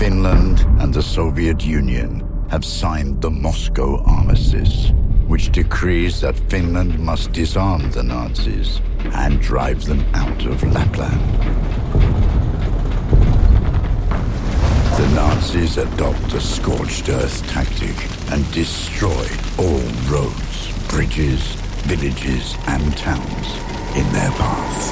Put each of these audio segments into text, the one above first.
Finland and the Soviet Union have signed the Moscow Armistice, which decrees that Finland must disarm the Nazis and drive them out of Lapland. The Nazis adopt a scorched earth tactic and destroy all roads, bridges, villages and towns in their path.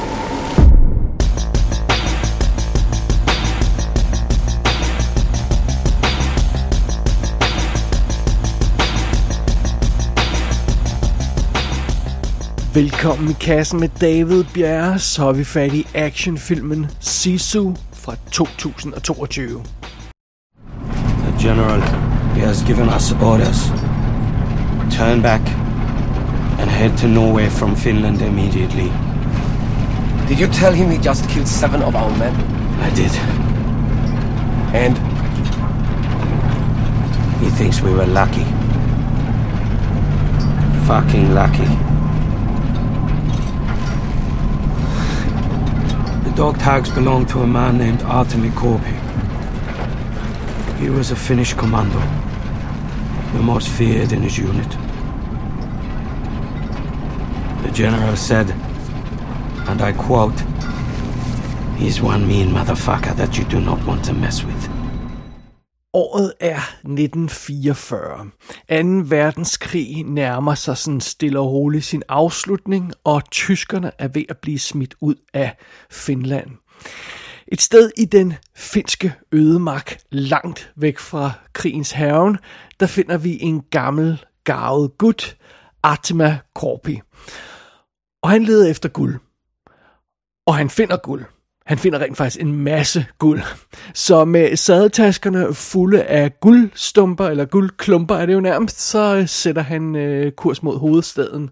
Velkommen i kassen med David Bjerre, så er vi fat i actionfilmen Sisu fra 2022. The general, he has given us orders. Turn back and head to Norway from Finland immediately. Did you tell him he just killed 7 of our men? I did. And? He thinks we were lucky. Fucking lucky. The dog tags belong to a man named Artemi Korpi. He was a Finnish commando, the most feared in his unit. The general said, and I quote, "He's one mean motherfucker that you do not want to mess with." Året er 1944. 2. verdenskrig nærmer sig sådan stille og roligt sin afslutning, og tyskerne er ved at blive smidt ud af Finland. Et sted i den finske ødemark, langt væk fra krigens hærgen, der finder vi en gammel, garvet gut, Artemi Korpi. Og han leder efter guld. Og han finder guld. Han finder rent faktisk en masse guld. Så med sadeltaskerne fulde af guldstumper, eller guldklumper er det jo nærmest, så sætter han kurs mod hovedstaden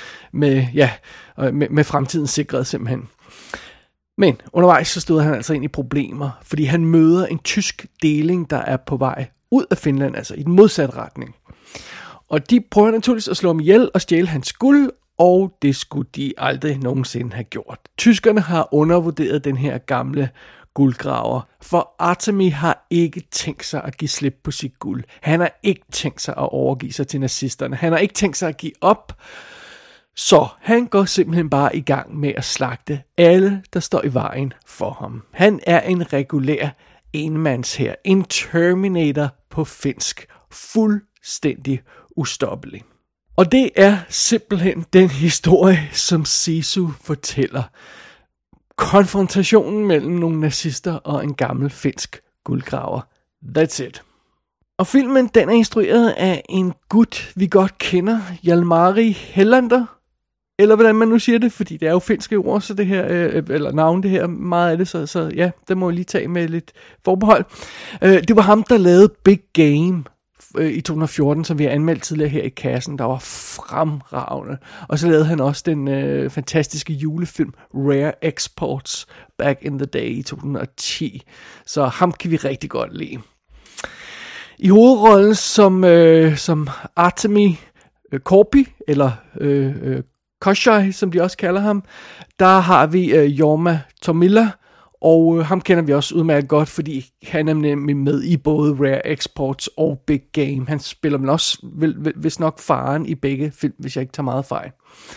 med fremtiden sikret simpelthen. Men undervejs så stod han altså ind i problemer, fordi han møder en tysk deling, der er på vej ud af Finland, altså i den modsatte retning. Og de prøver naturligvis at slå ham ihjel og stjæle hans guld, og det skulle de aldrig nogensinde have gjort. Tyskerne har undervurderet den her gamle guldgraver, for Artemi har ikke tænkt sig at give slip på sit guld. Han har ikke tænkt sig at overgive sig til nazisterne. Han har ikke tænkt sig at give op. Så han går simpelthen bare i gang med at slagte alle, der står i vejen for ham. Han er en regulær enmandshær, en Terminator på finsk, fuldstændig ustoppelig. Og det er simpelthen den historie, som Sisu fortæller. Konfrontationen mellem nogle nazister og en gammel finsk guldgraver. That's it. Og filmen, den er instrueret af en gut, vi godt kender, Jalmari Helander. Eller hvordan man nu siger det, fordi det er jo finske ord, så det her, eller navn det her, meget af det, så ja, det må jeg lige tage med lidt forbehold. Det var ham, der lavede Big Game i 2014, som vi har anmeldt tidligere her i kassen, der var fremragende. Og så lavede han også den fantastiske julefilm Rare Exports back in the day i 2010. Så ham kan vi rigtig godt lide. I hovedrollen som Artemi Korpi, eller Koshai, som de også kalder ham, der har vi Jorma Tommila, og ham kender vi også udmærket godt, fordi han er nemlig med i både Rare Exports og Big Game. Han spiller vel også, vist nok faren i begge film, hvis jeg ikke tager meget fejl.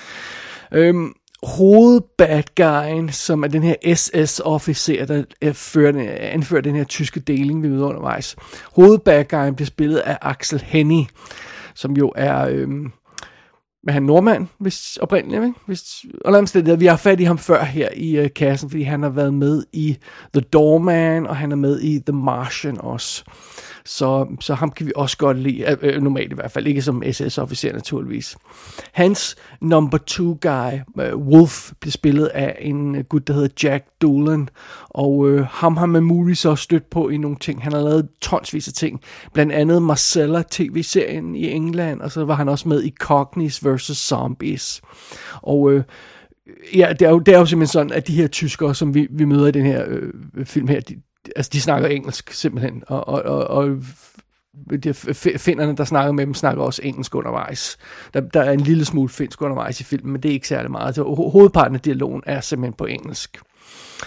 Hovedbadguyen, som er den her SS-officer, der anfører den her tyske deling, vi møder undervejs. Hovedbadguyen bliver spillet af Axel Hennie, som jo er... Men han er nordmand, hvis oprindeligt, ikke? Vi har fat i ham før her i kassen, fordi han har været med i The Doorman, og han er med i The Martian også. Så ham kan vi også godt lide, normalt i hvert fald, ikke som SS-officer naturligvis. Hans number 2 guy, Wolf, bliver spillet af en gut, der hedder Jack Doolan, og ham har man muligvis også stødt på i nogle ting. Han har lavet tonsvis af ting, blandt andet Marcella TV-serien i England, og så var han også med i Cognies vs. Zombies. Og ja, det er jo simpelthen sådan, at de her tyskere, som vi møder i den her film her, de snakker engelsk simpelthen, og de finnerne, der snakker med dem, snakker også engelsk undervejs. Der er en lille smule finsk undervejs i filmen, men det er ikke særlig meget. Så hovedparten af dialogen er simpelthen på engelsk.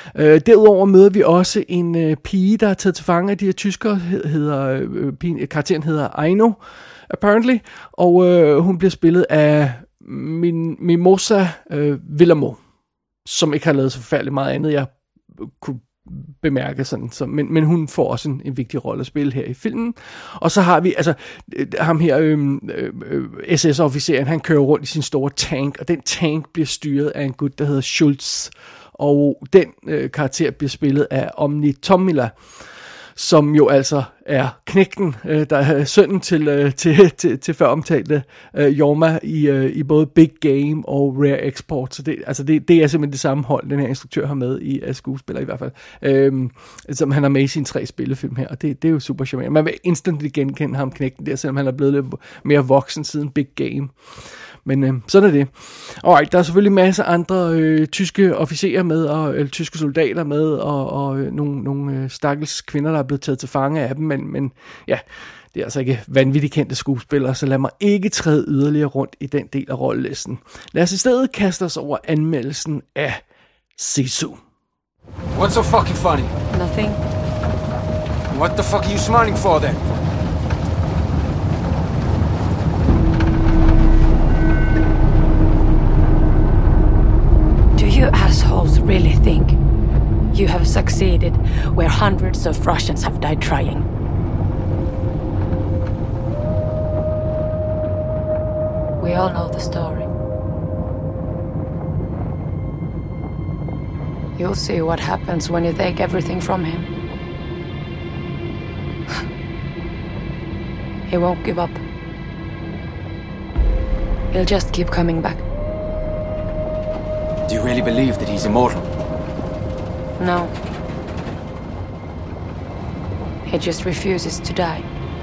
Derudover møder vi også en pige, der er taget til fange af de her tyskere. Karakteren hedder Aino, apparently. Og hun bliver spillet af Mimosa Villamo, som ikke har lavet så forfærdeligt meget andet, jeg kunne bemærke sådan. Men hun får også en vigtig rolle at spille her i filmen. Og så har vi altså ham her, SS-officeren, han kører rundt i sin store tank, og den tank bliver styret af en gut, der hedder Schultz. Og den karakter bliver spillet af Omni Tomila, som jo altså er knægten, der er sønnen til før omtalte Jorma i både Big Game og Rare Export. Så det er simpelthen det samme hold, den her instruktør har med i skuespiller i hvert fald, som han har med i sine 3 spillefilm her, og det er jo super charmerende. Man vil instantly genkende ham, knægten der, selvom han er blevet lidt mere voksen siden Big Game. Men sådan er det. Alright, der er selvfølgelig masser af andre tyske officerer med, eller tyske soldater med, og nogle stakkels kvinder, der er blevet taget til fange af dem, men ja, det er altså ikke vanvittigt kendte skuespillere, så lad mig ikke træde yderligere rundt i den del af rollelisten. Lad os i stedet kaste os over anmeldelsen af Sisu. What's so fucking funny? Nothing. What the fuck are you smiling for then? Do you assholes really think you have succeeded where hundreds of Russians have died trying? We all know the story. You'll see what happens when you take everything from him. He won't give up. He'll just keep coming back. Do you really believe that he's immortal? No. He just refuses to die.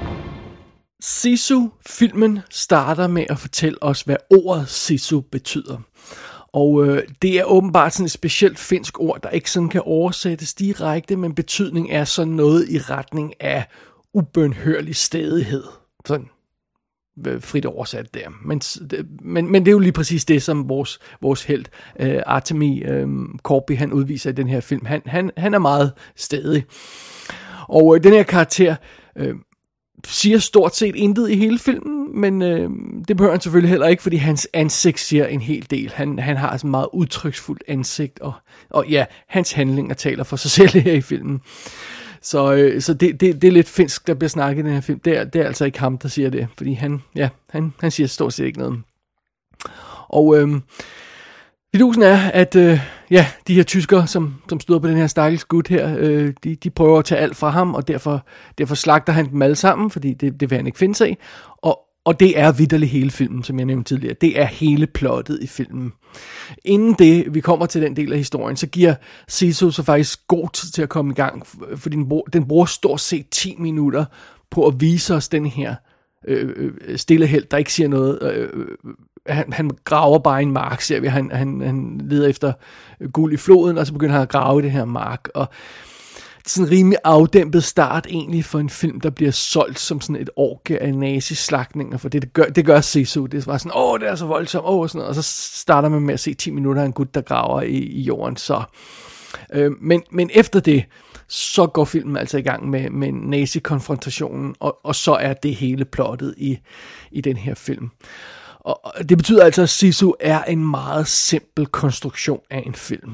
Sisu-filmen starter med at fortælle os, hvad ordet Sisu betyder. Og det er åbenbart sådan et specielt finsk ord, der ikke sådan kan oversættes direkte, men betydning er sådan noget i retning af ubønhørlig stædighed. Sådan frit oversat der. Men det er jo lige præcis det, som vores helt Artemi Korpi, han udviser i den her film. Han er meget stædig. Og den her karakter siger stort set intet i hele filmen, men det behøver han selvfølgelig heller ikke, fordi hans ansigt siger en hel del. Han har altså meget udtryksfuldt ansigt, og ja, hans handlinger taler for sig selv her i filmen. Så det er lidt finsk, der bliver snakket i den her film. Det er altså ikke ham, der siger det, fordi han siger stort set ikke noget. Og fidusen er, at de her tyskere, som stod på den her stakkels gut her, de prøver at tage alt fra ham, og derfor slagter han dem alle sammen, fordi det vil han ikke finde sig i. Og det er vitterligt hele filmen, som jeg nævnte tidligere. Det er hele plottet i filmen. Inden vi kommer til den del af historien, så giver Sisu så faktisk god tid til at komme i gang, fordi den bruger stort set 10 minutter på at vise os den her stille helt, der ikke siger noget. Han graver bare en mark, ser vi. Han leder efter guld i floden, og så begynder han at grave i det her mark. Og sådan en rimelig afdæmpet start egentlig for en film, der bliver solgt som sådan et orgie af nazislagtninger, for det gør Sisu. Det er bare sådan, det er så voldsomt, og sådan noget. Og så starter man med at se 10 minutter af en gut, der graver i jorden. Så. Men efter det, så går filmen altså i gang med nazi-konfrontationen, og så er det hele plottet i den her film. Og det betyder altså, at Sisu er en meget simpel konstruktion af en film.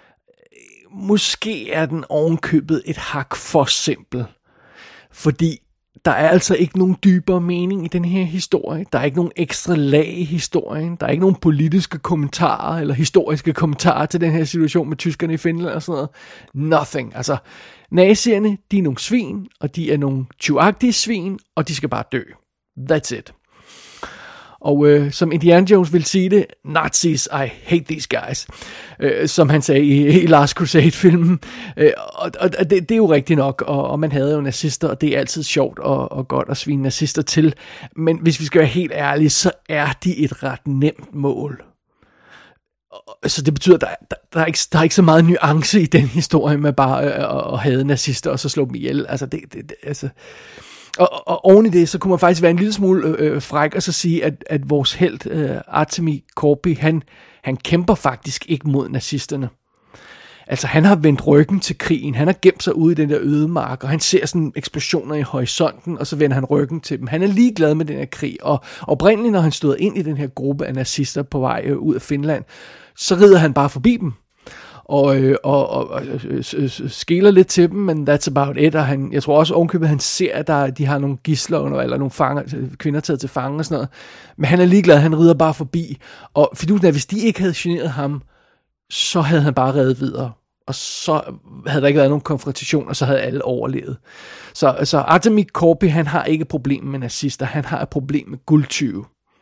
Måske er den ovenkøbet et hak for simpel, fordi der er altså ikke nogen dybere mening i den her historie. Der er ikke nogen ekstra lag i historien. Der er ikke nogen politiske kommentarer eller historiske kommentarer til den her situation med tyskerne i Finland og sådan noget. Nothing. Altså, nazierne, de er nogle svin, og de er nogle tyvagtige svin, og de skal bare dø. That's it. Og som Indiana Jones vil sige det, Nazis, I hate these guys, som han sagde i Last Crusade-filmen. Og det er jo rigtigt nok, og man havde jo nazister, og det er altid sjovt og godt at svine nazister til. Men hvis vi skal være helt ærlige, så er de et ret nemt mål. Så det betyder, at der er ikke så meget nuance i den historie med bare at hade nazister og så slå dem ihjel. Altså, altså. Og oven i det, så kunne man faktisk være en lille smule fræk og så sige, at vores helt Artemi Korpi, han kæmper faktisk ikke mod nazisterne. Altså, han har vendt ryggen til krigen. Han har gemt sig ude i den der ødemark, og han ser sådan eksplosioner i horisonten, og så vender han ryggen til dem. Han er ligeglad med den her krig, og oprindeligt, når han stod ind i den her gruppe af nazister på vej ud af Finland, så rider han bare forbi dem. Og skæler lidt til dem, men that's about it. Og jeg tror også ovenkøbet, han ser, at de har nogle gidsler under, eller nogle kvinder taget til fange og sådan noget. Men han er ligeglad, han rider bare forbi. Og fidusen er, hvis de ikke havde generet ham, så havde han bare reddet videre. Og så havde der ikke været nogen konfrontation, og så havde alle overlevet. Så Artemi Korpi, han har ikke et problem med nazister, han har et problem med guldtyve.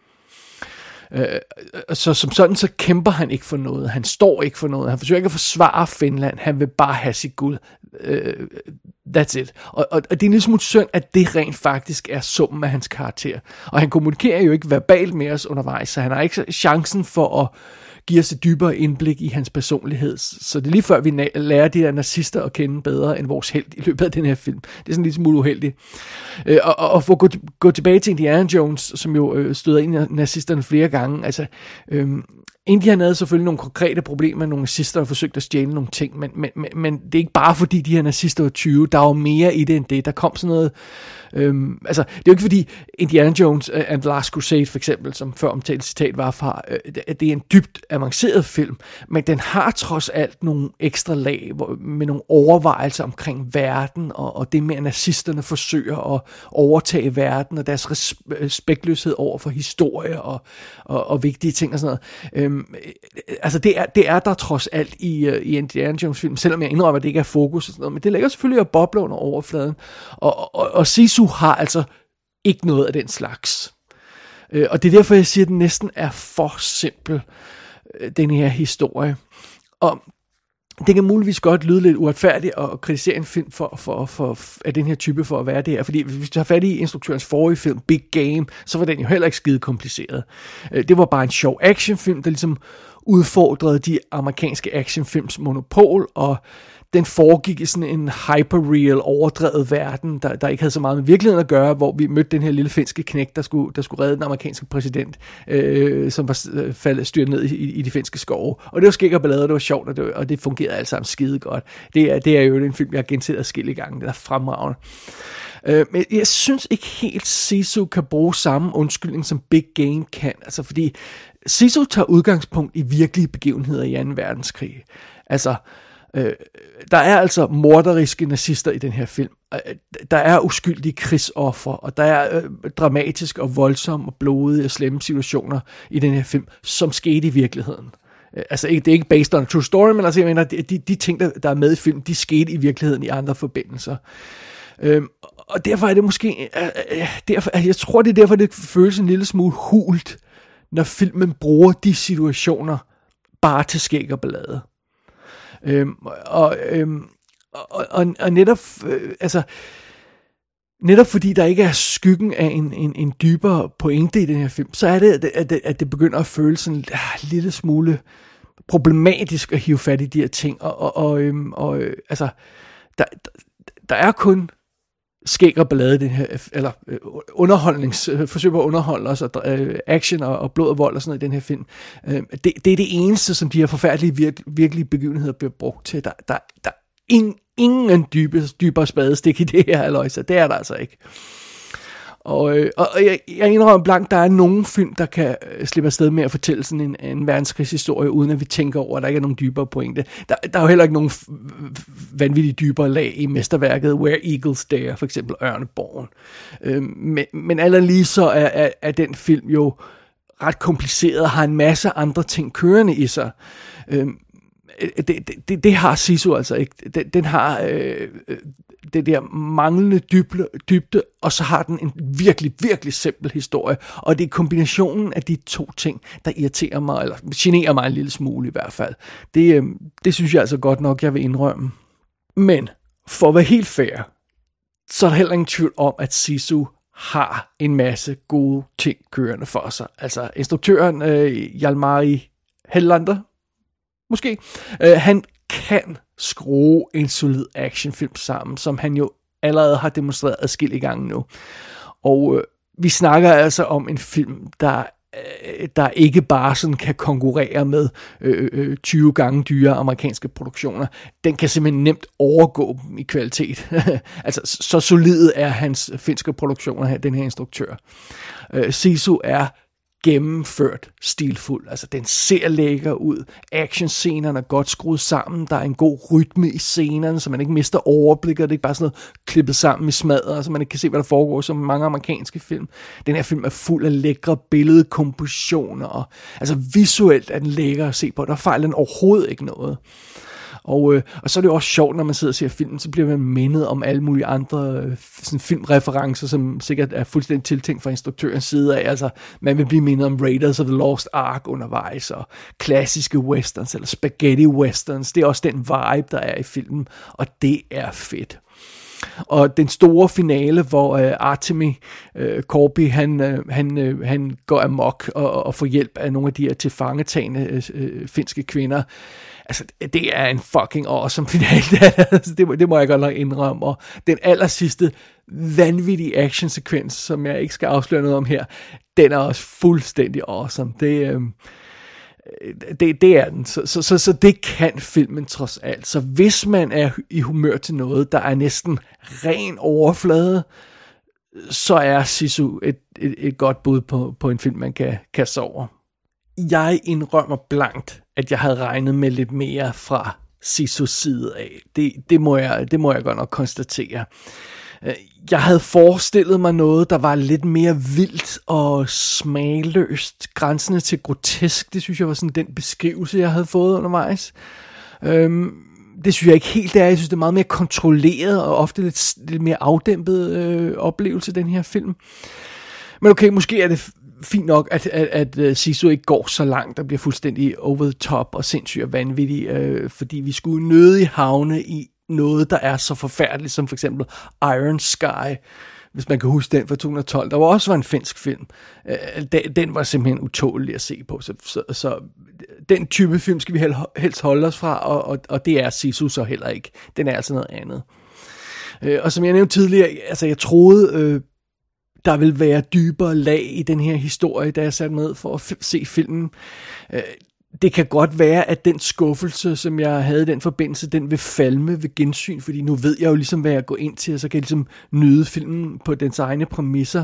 Så som sådan, så kæmper han ikke for noget. Han står ikke for noget. Han forsøger ikke at forsvare Finland. Han vil bare have sit guld. That's it. Og det er en lille smule synd, at det rent faktisk er summen af hans karakter. Og han kommunikerer jo ikke verbalt med os undervejs, så han har ikke chancen for at give os et dybere indblik i hans personlighed. Så det er lige før, vi lærer de der nazister at kende bedre end vores helt i løbet af den her film. Det er sådan lidt smule uheldigt. Og for at gå tilbage til Indiana Jones, som jo støder ind i nazisterne flere gange, altså Indiana havde selvfølgelig nogle konkrete problemer med nogle nazister, der forsøgte at stjæle nogle ting, men det er ikke bare fordi de her nazister var 20, der var mere i det end det. Der kom sådan noget, altså det er jo ikke fordi Indiana Jones and the Last Crusade for eksempel, som før omtalt citat var fra, det er en dybt avanceret film, men den har trods alt nogle ekstra lag med nogle overvejelser omkring verden, og det med at nazisterne forsøger at overtage verden, og deres respektløshed over for historie og vigtige ting og sådan noget. Altså det er der trods alt i Indiana Jones film, selvom jeg indrømmer, at det ikke er fokus og sådan noget, men det ligger selvfølgelig og bobler under overfladen, og Sisu har altså ikke noget af den slags. Og det er derfor, jeg siger, at den næsten er for simpel, den her historie. Og det kan muligvis godt lyde lidt uretfærdigt at kritisere en film af den her type for at være det her. Fordi hvis vi tager fat i instruktørens forrige film, Big Game, så var den jo heller ikke skide kompliceret. Det var bare en sjov actionfilm, der ligesom udfordrede de amerikanske actionfilms monopol, og den foregik i sådan en hyperreal, overdrevet verden, der ikke havde så meget med virkeligheden at gøre, hvor vi mødte den her lille finske knægt, der skulle redde den amerikanske præsident, som var faldet styrt ned i de finske skove. Og det var skæg og ballade, det var sjovt, og det fungerede alt sammen skide godt. Det er jo en film, jeg har gentaget adskillige gange. Det er fremragende. Men jeg synes ikke helt, Sisu kan bruge samme undskyldning, som Big Game kan. Altså fordi Sisu tager udgangspunkt i virkelige begivenheder i 2. verdenskrig. Altså der er altså morderiske nazister i den her film. Der er uskyldige krigsoffer, og der er dramatiske og voldsomme og blodige og slemme situationer i den her film, som skete i virkeligheden. Altså det er ikke based on a true story, men altså jeg mener, de ting, der er med i film, de skete i virkeligheden i andre forbindelser. Og derfor er det måske, jeg tror det er derfor, det føles en lille smule hult, når filmen bruger de situationer bare til skæg og ballade. Og netop, altså netop fordi der ikke er skyggen af en dybere pointe i den her film, så er det, at det begynder at føles sådan en lille smule problematisk at hive fat i de her ting. Og altså, der er kun skæg og ballade den her, eller forsøg på at underholde os, og action og blod og vold og sådan noget i den her film. Det er det eneste, som de her forfærdelige virkelige begivenheder bliver brugt til. Der er ingen dybere spadestik i det her, halløjsa. Det er der altså ikke. Og jeg indrømmer blankt, der er nogle film, der kan slippe afsted med at fortælle sådan en verdenskrigshistorie, uden at vi tænker over, at der ikke er nogen dybere pointe. Der er jo heller ikke nogen vanvittigt dybere lag i mesterværket Where Eagles Dare, for eksempel Ørneborgen. Men allerlige så er den film jo ret kompliceret og har en masse andre ting kørende i sig. Det har Sisu altså ikke. Den har det der manglende dybde, og så har den en virkelig, virkelig simpel historie. Og det er kombinationen af de to ting, der irriterer mig, eller generer mig en lille smule i hvert fald. Det synes jeg altså godt nok, jeg vil indrømme. Men for at være helt fair, så er der heller ingen tvivl om, at Sisu har en masse gode ting kørende for sig. Altså instruktøren Jalmari Hellander, måske, han kan skrue en solid actionfilm sammen, som han jo allerede har demonstreret adskillige gange nu. Og vi snakker altså om en film, der der ikke bare sådan kan konkurrere med 20 gange dyre amerikanske produktioner. Den kan simpelthen nemt overgå dem i kvalitet. Altså, så solide er hans finske produktioner her, den her instruktør. Sisu er gennemført stilfuld. Altså, den ser lækker ud. Actionscenerne er godt skruet sammen. Der er en god rytme i scenerne, så man ikke mister overblikket. Det er ikke bare sådan noget klippet sammen i smadret, så man ikke kan se, hvad der foregår, som mange amerikanske film. Den her film er fuld af lækre billedkompositioner. Og, altså, visuelt er den lækker at se på. Der fejler den overhovedet ikke noget. Og så er det jo også sjovt, når man sidder og ser filmen, så bliver man mindet om alle mulige andre sådan filmreferencer, som sikkert er fuldstændig tiltænkt fra instruktørens side af. Altså, man vil blive mindet om Raiders of the Lost Ark undervejs, og klassiske westerns, eller spaghetti westerns. Det er også den vibe, der er i filmen, og det er fedt. Og den store finale, hvor Artemi Korpi, han går amok og får hjælp af nogle af de her tilfangetagende finske kvinder. Altså, det er en fucking awesome finale. Det må jeg godt nok indrømme. Og den allersidste vanvittige actionsekvens, som jeg ikke skal afsløre noget om her, den er også fuldstændig awesome. Det er den. Så det kan filmen trods alt. Så hvis man er i humør til noget, der er næsten ren overflade, så er Sisu et godt bud på en film, man kan kaste over. Jeg indrømmer blankt, at jeg havde regnet med lidt mere fra Sisus side af. Det må jeg godt nok konstatere. Jeg havde forestillet mig noget, der var lidt mere vildt og smagløst, grænsende til grotesk. Det synes jeg var sådan den beskrivelse, jeg havde fået undervejs. Det synes jeg ikke helt det er. Jeg synes, det er meget mere kontrolleret og ofte lidt mere afdæmpet oplevelse, den her film. Men okay, måske er det fint nok, at Sisu ikke går så langt og bliver fuldstændig over the top og sindssygt og vanvittig, fordi vi skulle nødig havne i noget, der er så forfærdeligt, som for eksempel Iron Sky, hvis man kan huske den fra 2012, der også var en finsk film. Den var simpelthen utålelig at se på, så den type film skal vi helst holde os fra, og det er Sisu så heller ikke. Den er altså noget andet. Og som jeg nævnte tidligere, altså jeg troede, der vil være dybere lag i den her historie, da jeg satte ned for at se filmen. Det kan godt være, at den skuffelse, som jeg havde i den forbindelse, den vil falme ved gensyn, fordi nu ved jeg jo ligesom, hvad jeg går ind til, og så kan jeg ligesom nyde filmen på dens egne præmisser.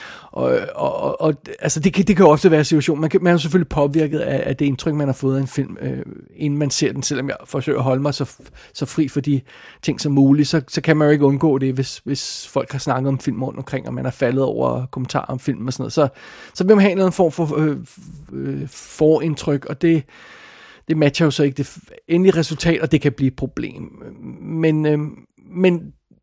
Og altså det kan jo ofte være en situation. Man er jo selvfølgelig påvirket af det indtryk, man har fået af en film, inden man ser den, selvom jeg forsøger at holde mig så fri for de ting som muligt, så kan man jo ikke undgå det, hvis folk har snakket om film rundt omkring, og man er faldet over kommentarer om film og sådan noget. Så vil man have en form for forindtryk, og det matcher jo så ikke det endelige resultat, og det kan blive et problem. Men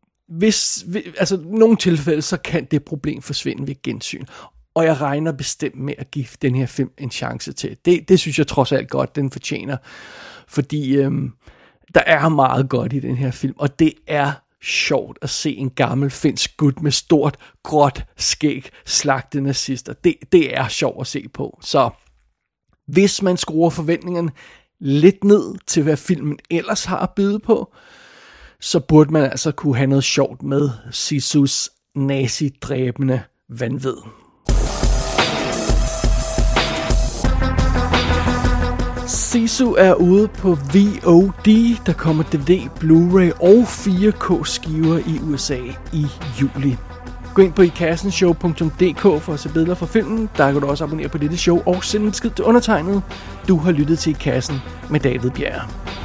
altså nogle tilfælde, så kan det problem forsvinde ved gensyn. Og jeg regner bestemt med at give den her film en chance til. Det synes jeg trods alt godt, den fortjener. Fordi der er meget godt i den her film, og det er sjovt at se en gammel finsk gut med stort, gråt skæg slagte nazister. Det er sjovt at se på. Så hvis man skruer forventningerne lidt ned til, hvad filmen ellers har at byde på, så burde man altså kunne have noget sjovt med Sisus nazidræbende vanvid. Sisu er ude på VOD, der kommer DVD, Blu-ray og 4K skiver i USA i juli. Gå ind på ikassenshow.dk for at se billeder fra filmen. Der kan du også abonnere på dette show og sende en skid til undertegnet. Du har lyttet til I Kassen med David Bjerre.